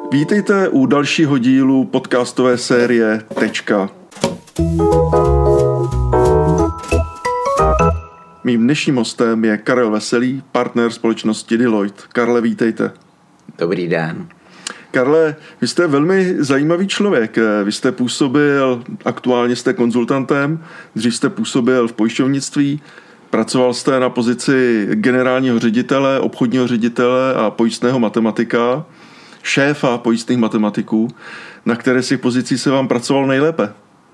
Vítejte u dalšího dílu podcastové série Tečka. Mým dnešním hostem je Karel Veselý, partner společnosti Deloitte. Karle, vítejte. Dobrý den. Karle, vy jste velmi zajímavý člověk. Vy jste působil, aktuálně jste konzultantem, dřív jste působil v pojišťovnictví, pracoval jste na pozici generálního ředitele, obchodního ředitele a pojistného matematika, šéfa pojistných matematiků. Na které z těch pozicí se vám pracoval nejlépe?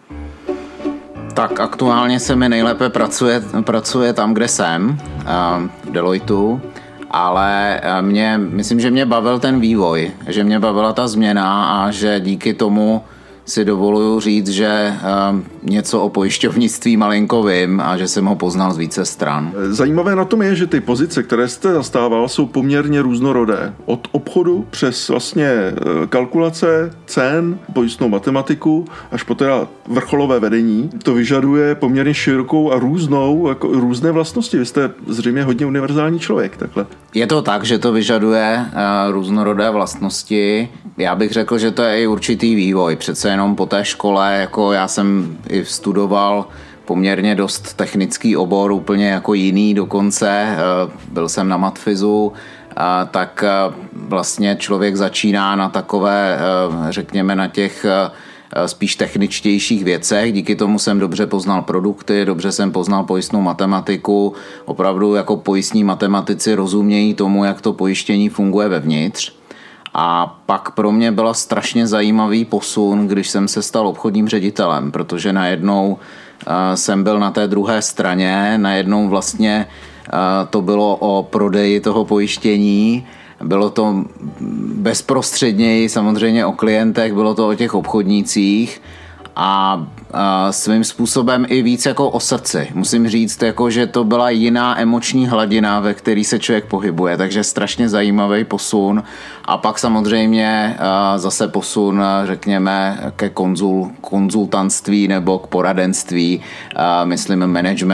Tak aktuálně se mi nejlépe pracuje tam, kde jsem, v Deloittu, ale myslím, že mě bavil ten vývoj, že mě bavila ta změna a že díky tomu si dovoluju říct, že něco o pojišťovnictví malinko vím a že jsem ho poznal z více stran. Zajímavé na tom je, že ty pozice, které jste zastával, jsou poměrně různorodé. Od obchodu přes vlastně kalkulace, cen, pojistnou matematiku, až po teda vrcholové vedení. To vyžaduje poměrně širokou a různé vlastnosti. Vy jste zřejmě hodně univerzální člověk, takhle. Je to tak, že to vyžaduje různorodé vlastnosti. Já bych řekl, že to je i určitý vývoj. Přece jenom po té škole, jako já jsem i studoval poměrně dost technický obor, úplně jako jiný dokonce. Byl jsem na matfizu, tak vlastně člověk začíná na takové, řekněme, na těch spíš techničtějších věcech. Díky tomu jsem dobře poznal produkty, dobře jsem poznal pojistnou matematiku. Opravdu jako pojistní matematici rozumějí tomu, jak to pojištění funguje vevnitř. A pak pro mě byl strašně zajímavý posun, když jsem se stal obchodním ředitelem, protože najednou jsem byl na té druhé straně, najednou vlastně to bylo o prodeji toho pojištění, bylo to bezprostředněji samozřejmě o klientech, bylo to o těch obchodnících a svým způsobem i víc jako o srdci. Musím říct, jako, že to byla jiná emoční hladina, ve který se člověk pohybuje, takže strašně zajímavý posun. A pak samozřejmě zase posun, řekněme, ke konzultantství nebo k poradenství, myslím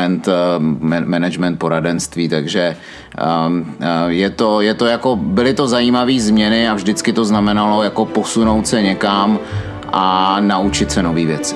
management poradenství, takže je to jako, byly to zajímavé změny a vždycky to znamenalo jako posunout se někam a naučit se nové věci.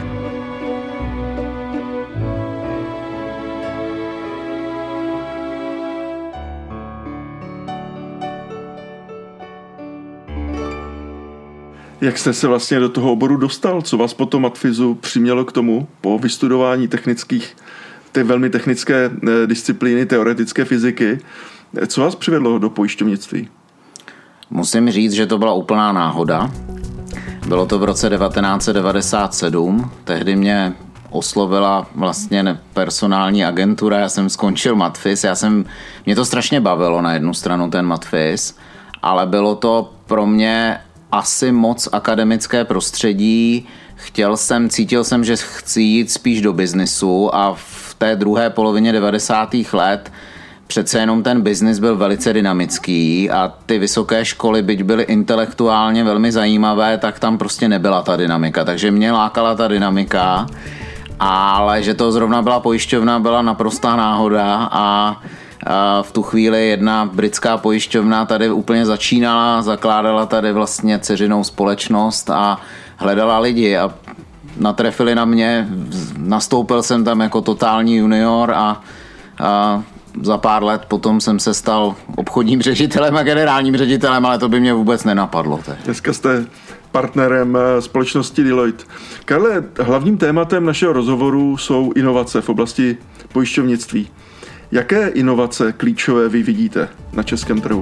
Jak jste se vlastně do toho oboru dostal? Co vás po tom matfizu přimělo k tomu, po vystudování té velmi technické disciplíny, teoretické fyziky? Co vás přivedlo do pojišťovnictví? Musím říct, že to byla úplná náhoda. Bylo to v roce 1997, tehdy mě oslovila vlastně personální agentura, já jsem skončil matfiz, mě to strašně bavilo na jednu stranu ten matfiz, ale bylo to pro mě asi moc akademické prostředí, cítil jsem, že chci jít spíš do biznisu a v té druhé polovině 90. let přece jenom ten biznis byl velice dynamický a ty vysoké školy, byť byly intelektuálně velmi zajímavé, tak tam prostě nebyla ta dynamika. Takže mě lákala ta dynamika, ale že to zrovna byla pojišťovna, byla naprostá náhoda a v tu chvíli jedna britská pojišťovna tady úplně začínala, zakládala tady vlastně dceřinou společnost a hledala lidi a natrefili na mě, nastoupil jsem tam jako totální junior a za pár let potom jsem se stal obchodním ředitelem a generálním ředitelem, ale to by mě vůbec nenapadlo. Dneska jste partnerem společnosti Deloitte. Karle, hlavním tématem našeho rozhovoru jsou inovace v oblasti pojišťovnictví. Jaké inovace klíčové vy vidíte na českém trhu?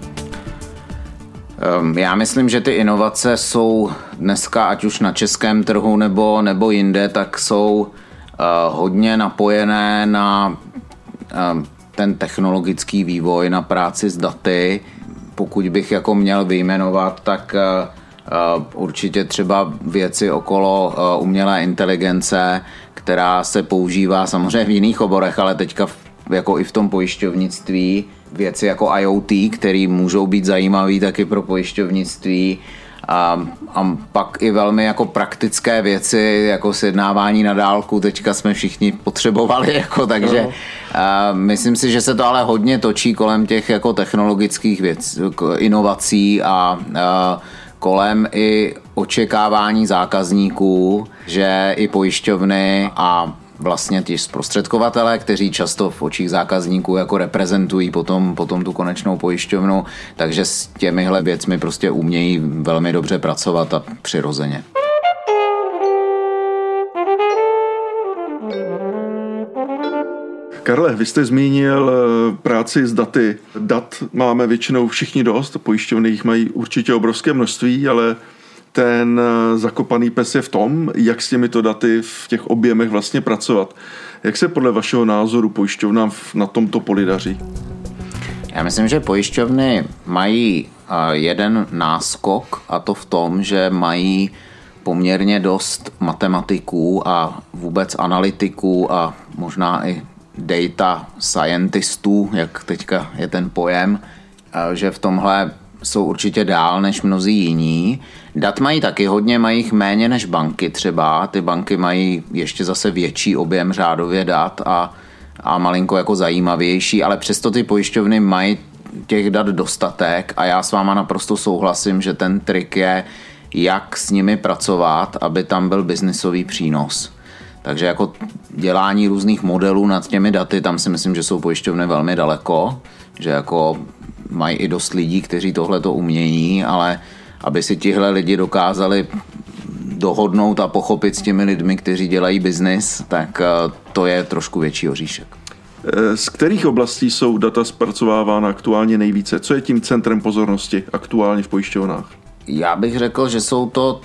Já myslím, že ty inovace jsou dneska, ať už na českém trhu nebo jinde, tak jsou hodně napojené na ten technologický vývoj, na práci s daty. Pokud bych jako měl vyjmenovat, tak určitě třeba věci okolo umělé inteligence, která se používá samozřejmě v jiných oborech, ale teďka jako i v tom pojišťovnictví, věci jako IoT, které můžou být zajímavé taky pro pojišťovnictví, a pak i velmi jako praktické věci, jako sjednávání na dálku, teďka jsme všichni potřebovali, jako, takže myslím si, že se to ale hodně točí kolem těch jako technologických inovací a kolem i očekávání zákazníků, že i pojišťovny a vlastně ti zprostředkovatelé, kteří často v očích zákazníků jako reprezentují potom tu konečnou pojišťovnu, takže s těmihle věcmi prostě umějí velmi dobře pracovat a přirozeně. Karle, vy jste zmínil práci s daty. Dat máme většinou všichni dost, pojišťovny jich mají určitě obrovské množství, ale ten zakopaný pes je v tom, jak s těmito daty v těch objemech vlastně pracovat. Jak se podle vašeho názoru pojišťovnám na tomto poli daří? Já myslím, že pojišťovny mají jeden náskok, a to v tom, že mají poměrně dost matematiků a vůbec analytiků a možná i data scientistů, jak teďka je ten pojem, že v tomhle jsou určitě dál než mnozí jiní. Dat mají taky hodně, mají jich méně než banky třeba. Ty banky mají ještě zase větší objem řádově dat a malinko jako zajímavější, ale přesto ty pojišťovny mají těch dat dostatek a já s váma naprosto souhlasím, že ten trik je, jak s nimi pracovat, aby tam byl biznisový přínos. Takže jako dělání různých modelů nad těmi daty, tam si myslím, že jsou pojišťovny velmi daleko, že jako mají i dost lidí, kteří tohle to umějí, ale aby si tihle lidi dokázali dohodnout a pochopit s těmi lidmi, kteří dělají biznis, tak to je trošku větší oříšek. Z kterých oblastí jsou data zpracovávána aktuálně nejvíce? Co je tím centrem pozornosti aktuálně v pojišťovnách? Já bych řekl, že jsou to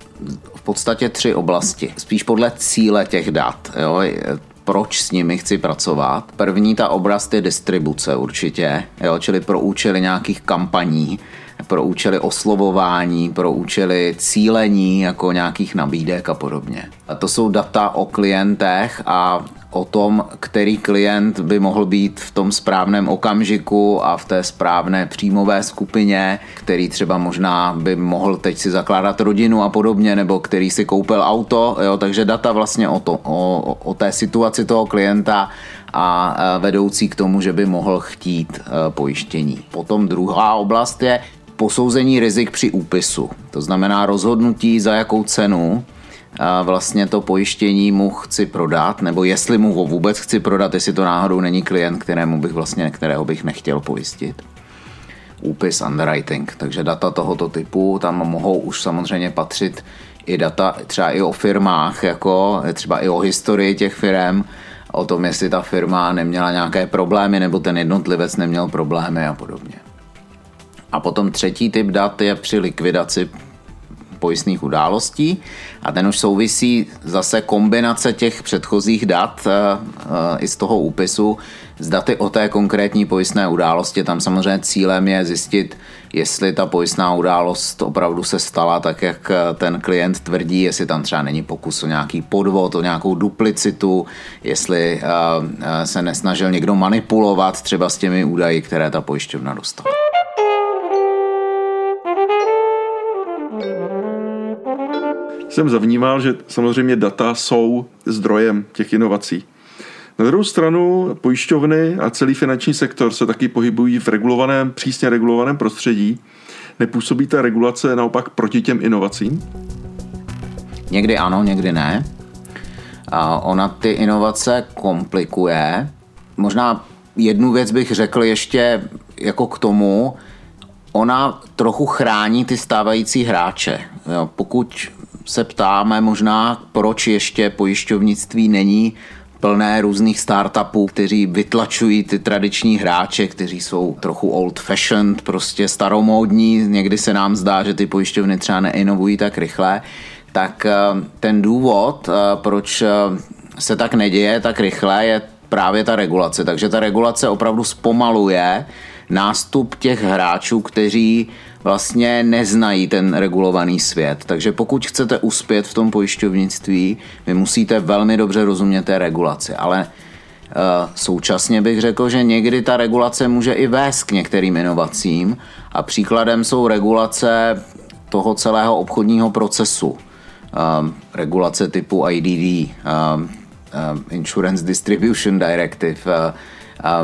v podstatě 3 oblasti. Spíš podle cíle těch dat. Jo? Proč s nimi chci pracovat? První ta oblast je distribuce určitě, jo? Čili pro účely nějakých kampaní, pro účely oslovování, pro účely cílení jako nějakých nabídek a podobně. A to jsou data o klientech a o tom, který klient by mohl být v tom správném okamžiku a v té správné příjmové skupině, který třeba možná by mohl teď si zakládat rodinu a podobně, nebo který si koupil auto, jo? Takže data vlastně o té situaci toho klienta a vedoucí k tomu, že by mohl chtít pojištění. Potom druhá oblast je posouzení rizik při úpisu. To znamená rozhodnutí, za jakou cenu vlastně to pojištění mu chci prodat, nebo jestli mu ho vůbec chci prodat, jestli to náhodou není klient, kterého bych nechtěl pojistit. Úpis, underwriting. Takže data tohoto typu, tam mohou už samozřejmě patřit i data třeba i o firmách, jako třeba i o historii těch firem, o tom, jestli ta firma neměla nějaké problémy, nebo ten jednotlivec neměl problémy a podobně. A potom třetí typ dat je při likvidaci pojistných událostí a ten už souvisí zase kombinace těch předchozích dat i z toho úpisu s daty o té konkrétní pojistné události. Tam samozřejmě cílem je zjistit, jestli ta pojistná událost opravdu se stala tak, jak ten klient tvrdí, jestli tam třeba není pokus o nějaký podvod, o nějakou duplicitu, jestli se nesnažil někdo manipulovat třeba s těmi údaji, které ta pojišťovna dostala. Jsem zavnímal, že samozřejmě data jsou zdrojem těch inovací. Na druhou stranu pojišťovny a celý finanční sektor se taky pohybují v přísně regulovaném prostředí. Nepůsobí ta regulace naopak proti těm inovacím? Někdy ano, někdy ne. Ona ty inovace komplikuje. Možná jednu věc bych řekl ještě jako k tomu, ona trochu chrání ty stávající hráče. Pokud se ptáme možná, proč ještě pojišťovnictví není plné různých startupů, kteří vytlačují ty tradiční hráče, kteří jsou trochu old fashioned, prostě staromódní, někdy se nám zdá, že ty pojišťovny třeba neinovují tak rychle, tak ten důvod, proč se tak neděje tak rychle, je právě ta regulace. Takže ta regulace opravdu zpomaluje nástup těch hráčů, kteří vlastně neznají ten regulovaný svět. Takže pokud chcete uspět v tom pojišťovnictví, vy musíte velmi dobře rozumět té regulaci. Ale současně bych řekl, že někdy ta regulace může i vést k některým inovacím a příkladem jsou regulace toho celého obchodního procesu. Regulace typu IDD, Insurance Distribution Directive,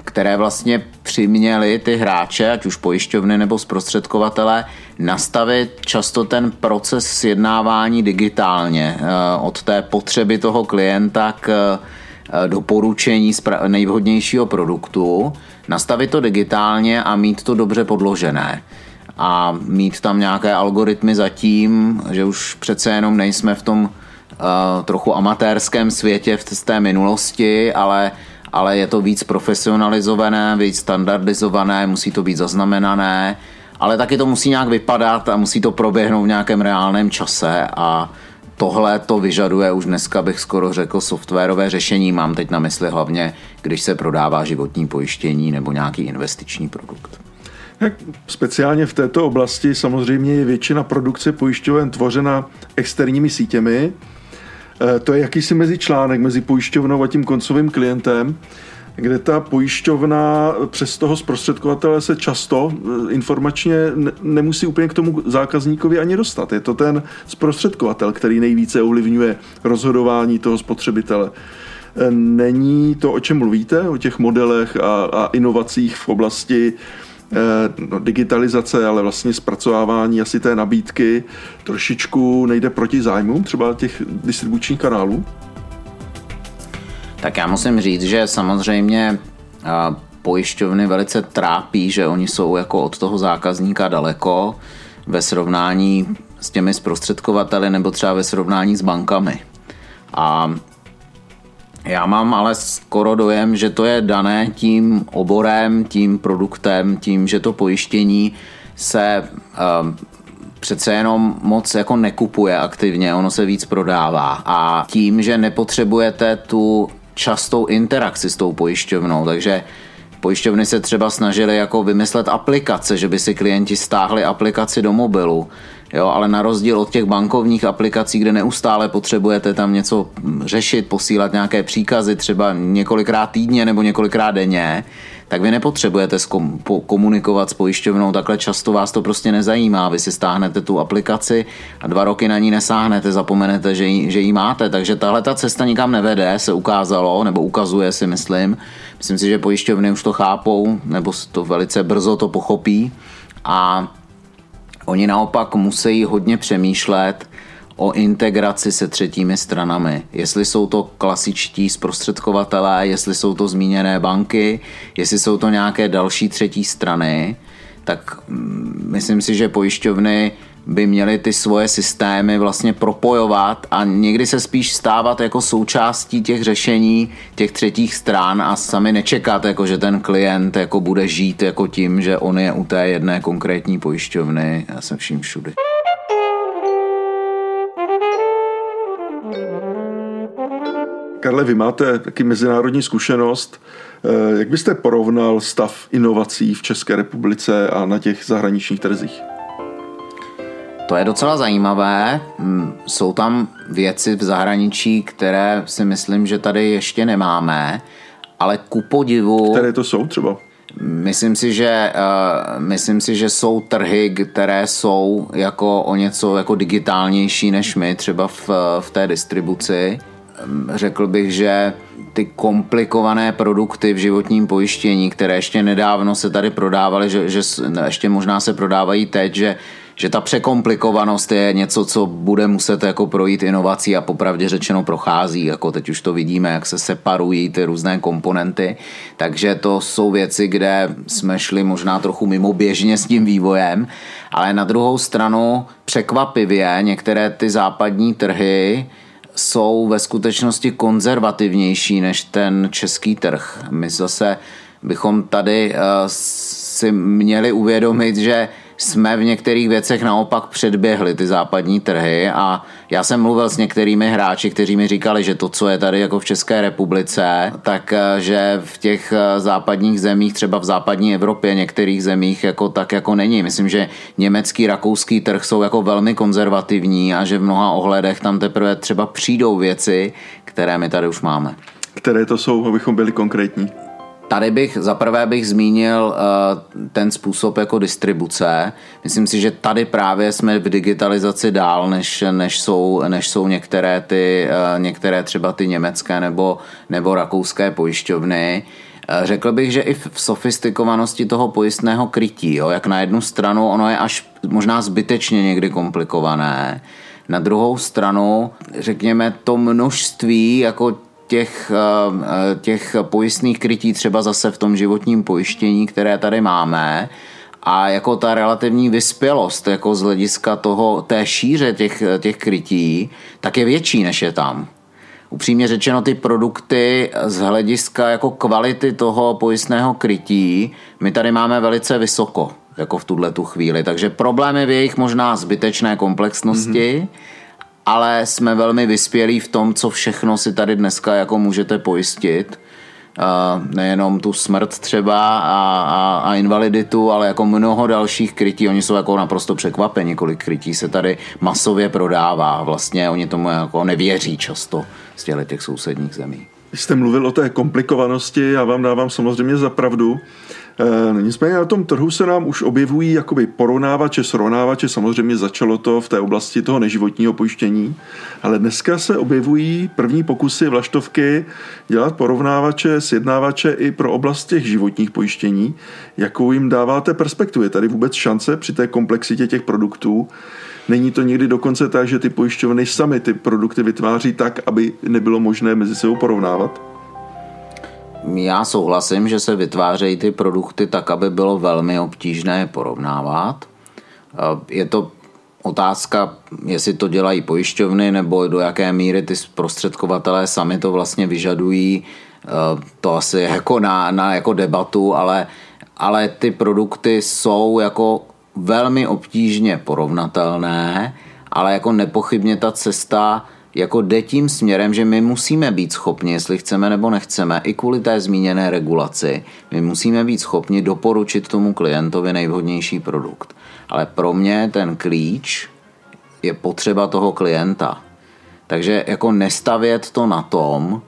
které vlastně přiměly ty hráče, ať už pojišťovny nebo zprostředkovatele, nastavit často ten proces sjednávání digitálně od té potřeby toho klienta k doporučení nejvhodnějšího produktu, nastavit to digitálně a mít to dobře podložené. A mít tam nějaké algoritmy zatím, že už přece jenom nejsme v tom trochu amatérském světě v té minulosti, ale je to víc profesionalizované, víc standardizované, musí to být zaznamenané, ale taky to musí nějak vypadat a musí to proběhnout v nějakém reálném čase a tohle to vyžaduje už dneska, bych skoro řekl, softwarové řešení. Mám teď na mysli hlavně, když se prodává životní pojištění nebo nějaký investiční produkt. Speciálně v této oblasti samozřejmě je většina produkce pojišťoven tvořena externími sítěmi. To je jakýsi mezičlánek mezi pojišťovnou a tím koncovým klientem, kde ta pojišťovna přes toho zprostředkovatele se často informačně nemusí úplně k tomu zákazníkovi ani dostat. Je to ten zprostředkovatel, který nejvíce ovlivňuje rozhodování toho spotřebitele. Není to, o čem mluvíte, o těch modelech a inovacích v oblasti digitalizace, ale vlastně zpracovávání asi té nabídky trošičku nejde proti zájmům třeba těch distribučních kanálů? Tak já musím říct, že samozřejmě pojišťovny velice trápí, že oni jsou jako od toho zákazníka daleko ve srovnání s těmi zprostředkovateli nebo třeba ve srovnání s bankami. A já mám ale skoro dojem, že to je dané tím oborem, tím produktem, tím, že to pojištění se přece jenom moc jako nekupuje aktivně, ono se víc prodává. A tím, že nepotřebujete tu častou interakci s tou pojišťovnou, takže pojišťovny se třeba snažily jako vymyslet aplikace, že by si klienti stáhli aplikaci do mobilu, jo, ale na rozdíl od těch bankovních aplikací, kde neustále potřebujete tam něco řešit, posílat nějaké příkazy třeba několikrát týdně nebo několikrát denně, tak vy nepotřebujete komunikovat s pojišťovnou takhle často, vás to prostě nezajímá. Vy si stáhnete tu aplikaci a 2 roky na ní nesáhnete, zapomenete, že ji máte. Takže tahle ta cesta nikam nevede, se ukázalo, nebo ukazuje si, myslím. Myslím si, že pojišťovny už to chápou, nebo to velice brzo to pochopí. A oni naopak musí hodně přemýšlet o integraci se třetími stranami. Jestli jsou to klasičtí zprostředkovatelé, jestli jsou to zmíněné banky, jestli jsou to nějaké další třetí strany, tak myslím si, že pojišťovny by měly ty svoje systémy vlastně propojovat a někdy se spíš stávat jako součástí těch řešení těch třetích stran a sami nečekat, jako že ten klient jako bude žít jako tím, že on je u té jedné konkrétní pojišťovny a se vším všudy. Karle, vy máte taky mezinárodní zkušenost. Jak byste porovnal stav inovací v České republice a na těch zahraničních trzích? To je docela zajímavé. Jsou tam věci v zahraničí, které si myslím, že tady ještě nemáme, ale ku podivu... Které to jsou třeba? Myslím si, že jsou trhy, které jsou jako o něco jako digitálnější než my, třeba v té distribuci. Řekl bych, že ty komplikované produkty v životním pojištění, které ještě nedávno se tady prodávaly, že ještě možná se prodávají teď, že ta překomplikovanost je něco, co bude muset jako projít inovací a popravdě řečeno prochází, jako teď už to vidíme, jak se separují ty různé komponenty, takže to jsou věci, kde jsme šli možná trochu mimoběžně s tím vývojem, ale na druhou stranu překvapivě některé ty západní trhy jsou ve skutečnosti konzervativnější než ten český trh. My zase bychom tady si měli uvědomit, že jsme v některých věcech naopak předběhli ty západní trhy a já jsem mluvil s některými hráči, kteří mi říkali, že to, co je tady jako v České republice, tak že v těch západních zemích, třeba v západní Evropě, některých zemích jako tak jako není. Myslím, že německý, rakouský trh jsou jako velmi konzervativní a že v mnoha ohledech tam teprve třeba přijdou věci, které my tady už máme. Které to jsou, abychom byli konkrétní? Tady zaprvé bych zmínil ten způsob jako distribuce. Myslím si, že tady právě jsme v digitalizaci dál, než jsou některé třeba ty německé nebo rakouské pojišťovny. Řekl bych, že i v sofistikovanosti toho pojistného krytí, jo, jak na jednu stranu ono je až možná zbytečně někdy komplikované, na druhou stranu, řekněme, to množství jako těch pojistných krytí třeba zase v tom životním pojištění, které tady máme, a jako ta relativní vyspělost jako z hlediska té šíře těch krytí, tak je větší, než je tam. Upřímně řečeno, ty produkty z hlediska jako kvality toho pojistného krytí my tady máme velice vysoko, jako v tu chvíli. Takže problém je v jejich možná zbytečné komplexnosti, ale jsme velmi vyspělí v tom, co všechno si tady dneska jako můžete pojistit. Nejenom tu smrt třeba a invaliditu, ale jako mnoho dalších krytí. Oni jsou jako naprosto překvapeni, kolik krytí se tady masově prodává. Vlastně oni tomu jako nevěří často z těch sousedních zemí. Když jste mluvil o té komplikovanosti, já vám dávám samozřejmě za pravdu. Nicméně na tom trhu se nám už objevují jakoby porovnávače, srovnávače, samozřejmě začalo to v té oblasti toho neživotního pojištění, ale dneska se objevují první pokusy vlaštovky dělat porovnávače, sjednávače i pro oblast těch životních pojištění. Jakou jim dáváte perspektivu? Je tady vůbec šance při té komplexitě těch produktů? Není to někdy dokonce tak, že ty pojišťovny sami ty produkty vytváří tak, aby nebylo možné mezi sebou porovnávat? Já souhlasím, že se vytvářejí ty produkty tak, aby bylo velmi obtížné porovnávat. Je to otázka, jestli to dělají pojišťovny nebo do jaké míry ty zprostředkovatelé sami to vlastně vyžadují. To asi je jako na jako debatu, ale ty produkty jsou jako velmi obtížně porovnatelné, ale jako nepochybně ta cesta jako jde tím směrem, že my musíme být schopni, jestli chceme nebo nechceme, i kvůli té zmíněné regulaci, my musíme být schopni doporučit tomu klientovi nejvhodnější produkt. Ale pro mě ten klíč je potřeba toho klienta. Takže jako nestavět to na tom,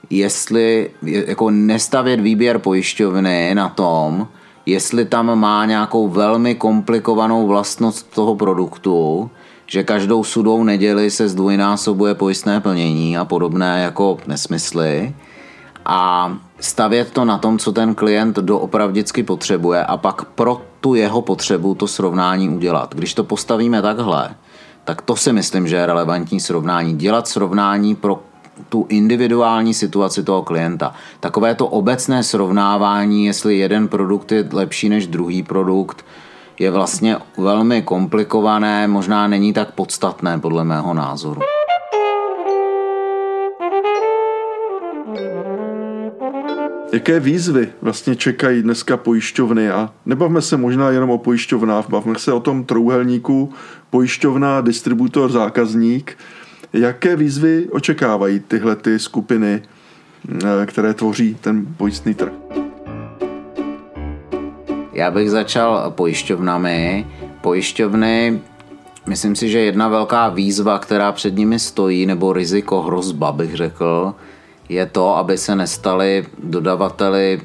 jako nestavět výběr pojišťovny na tom, jestli tam má nějakou velmi komplikovanou vlastnost toho produktu, že každou sudou neděli se zdvojnásobuje pojistné plnění a podobné jako nesmysly, a stavět to na tom, co ten klient doopravdicky potřebuje, a pak pro tu jeho potřebu to srovnání udělat. Když to postavíme takhle, tak to si myslím, že je relevantní srovnání. Dělat srovnání pro tu individuální situaci toho klienta. Takové to obecné srovnávání, jestli jeden produkt je lepší než druhý produkt, je vlastně velmi komplikované, možná není tak podstatné podle mého názoru. Jaké výzvy vlastně čekají dneska pojišťovny? A nebavme se možná jenom o pojišťovnách, bavme se o tom trojúhelníku pojišťovna, distributor, zákazník. Jaké výzvy očekávají tyhle ty skupiny, které tvoří ten pojistný trh? Já bych začal pojišťovnami. Pojišťovny, myslím si, že jedna velká výzva, která před nimi stojí, nebo riziko, hrozba bych řekl, je to, aby se nestali dodavateli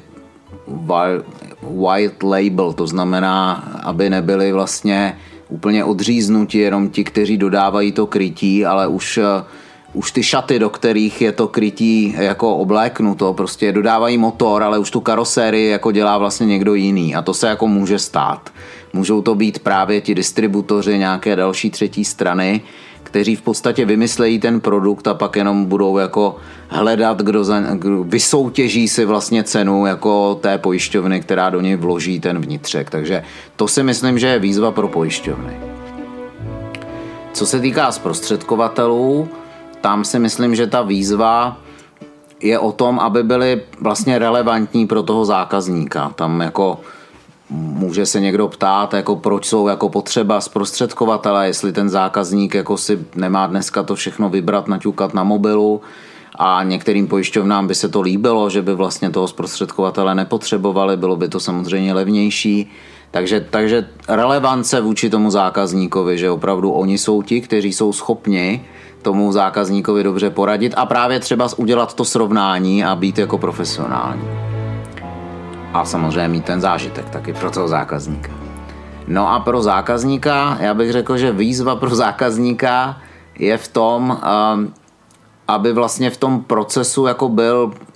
white label, to znamená, aby nebyli vlastně úplně odříznuti jenom ti, kteří dodávají to krytí, ale už ty šaty, do kterých je to krytí jako obléknuto, prostě dodávají motor, ale už tu karosérii jako dělá vlastně někdo jiný, a to se jako může stát. Můžou to být právě ti distributoři, nějaké další třetí strany, kteří v podstatě vymyslejí ten produkt a pak jenom budou jako hledat, kdo vysoutěží si vlastně cenu jako té pojišťovny, která do něj vloží ten vnitřek. Takže to si myslím, že je výzva pro pojišťovny. Co se týká zprostředkovatelů, tam si myslím, že ta výzva je o tom, aby byli vlastně relevantní pro toho zákazníka. Tam jako může se někdo ptát, jako proč jsou jako potřeba zprostředkovatele, jestli ten zákazník jako si nemá dneska to všechno vybrat, naťukat na mobilu, a některým pojišťovnám by se to líbilo, že by vlastně toho zprostředkovatele nepotřebovali, bylo by to samozřejmě levnější. Takže relevance vůči tomu zákazníkovi, že opravdu oni jsou ti, kteří jsou schopni tomu zákazníkovi dobře poradit a právě třeba udělat to srovnání a být jako profesionální. A samozřejmě mít ten zážitek taky pro toho zákazníka. No a pro zákazníka, já bych řekl, že výzva pro zákazníka je v tom, aby vlastně v tom procesu jako byl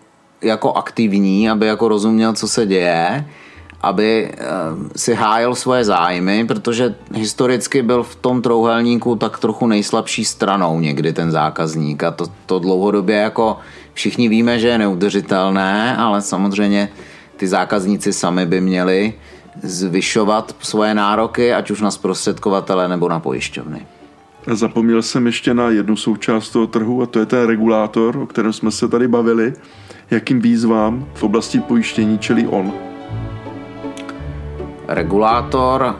jako aktivní, aby jako rozuměl, co se děje, aby si hájil svoje zájmy, protože historicky byl v tom trouhelníku tak trochu nejslabší stranou někdy ten zákazník a to dlouhodobě jako všichni víme, že je neudržitelné, ale samozřejmě ty zákazníci sami by měli zvyšovat svoje nároky, ať už na zprostředkovatele nebo na pojišťovny. Zapomněl jsem ještě na jednu součást toho trhu a to je ten regulátor, o kterém jsme se tady bavili. Jakým výzvám v oblasti pojištění čelí on? Regulátor,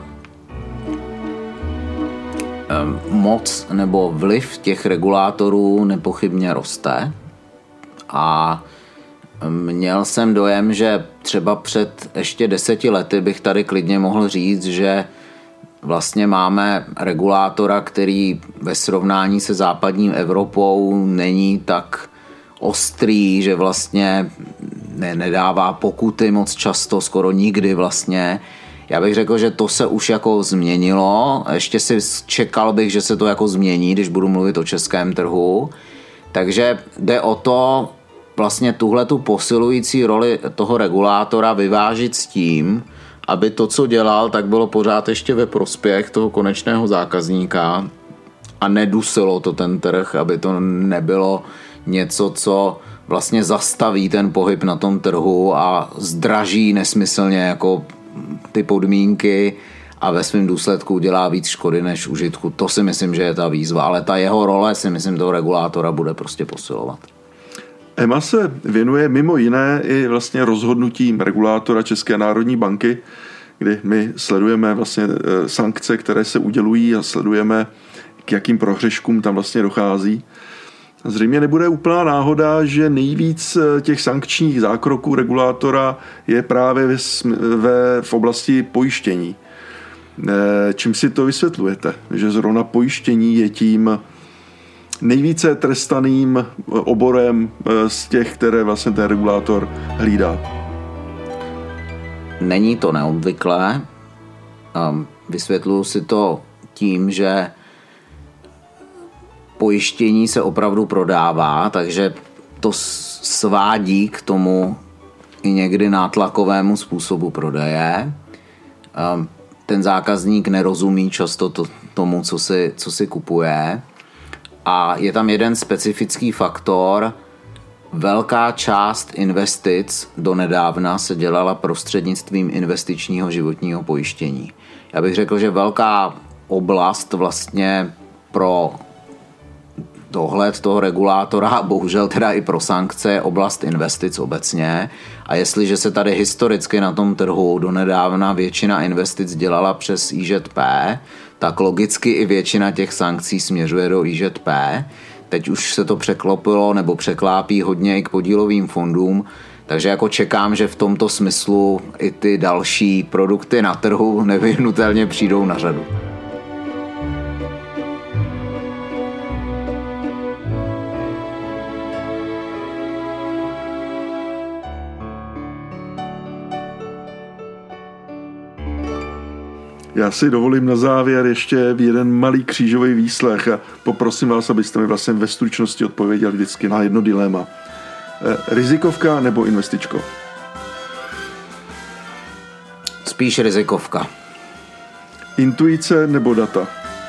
moc nebo vliv těch regulátorů nepochybně roste a měl jsem dojem, že třeba před ještě 10 lety bych tady klidně mohl říct, že vlastně máme regulátora, který ve srovnání se západní Evropou není tak ostrý, že vlastně nedává pokuty moc často, skoro nikdy vlastně. Já bych řekl, že to se už jako změnilo. Ještě si čekal bych, že se to jako změní, když budu mluvit o českém trhu. Takže jde o to vlastně tuhletu posilující roli toho regulátora vyvážit s tím, aby to, co dělal, tak bylo pořád ještě ve prospěch toho konečného zákazníka a nedusilo to ten trh, aby to nebylo něco, co vlastně zastaví ten pohyb na tom trhu a zdraží nesmyslně jako ty podmínky a ve svém důsledku dělá víc škody než užitku. To si myslím, že je ta výzva, ale ta jeho role si myslím toho regulátora bude prostě posilovat. EMA se věnuje mimo jiné i vlastně rozhodnutím regulátora České národní banky, kdy my sledujeme vlastně sankce, které se udělují a sledujeme, k jakým prohřeškům tam vlastně dochází. Zřejmě nebude úplná náhoda, že nejvíc těch sankčních zákroků regulátora je právě v oblasti pojištění. Čím si to vysvětlujete? Že zrovna pojištění je tím nejvíce trestaným oborem z těch, které vlastně ten regulátor hlídá. Není to neobvyklé. Vysvětluji si to tím, že pojištění se opravdu prodává, takže to svádí k tomu i někdy nátlakovému způsobu prodeje. Ten zákazník nerozumí často tomu, co si kupuje. A je tam jeden specifický faktor. Velká část investic donedávna se dělala prostřednictvím investičního životního pojištění. Já bych řekl, že velká oblast vlastně pro dohled toho regulátora a bohužel teda i pro sankce je oblast investic obecně. A jestliže se tady historicky na tom trhu donedávna většina investic dělala přes IŽP, tak logicky i většina těch sankcí směřuje do IŽP. Teď už se to překlopilo nebo překlápí hodně i k podílovým fondům, takže jako čekám, že v tomto smyslu i ty další produkty na trhu nevyhnutelně přijdou na řadu. Já si dovolím na závěr ještě jeden malý křížový výslech a poprosím vás, abyste mi vlastně ve stručnosti odpověděli vždycky na jedno dilema. Rizikovka nebo investičko? Spíš rizikovka. Intuice nebo data?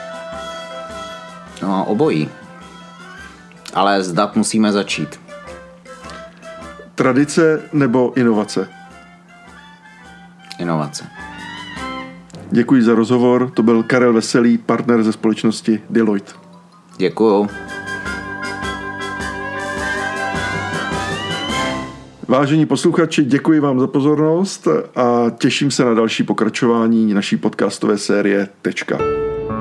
No, obojí. Ale z dat musíme začít. Tradice nebo inovace? Inovace. Děkuji za rozhovor. To byl Karel Veselý, partner ze společnosti Deloitte. Děkuju. Vážení posluchači, děkuji vám za pozornost a těším se na další pokračování naší podcastové série Tečka.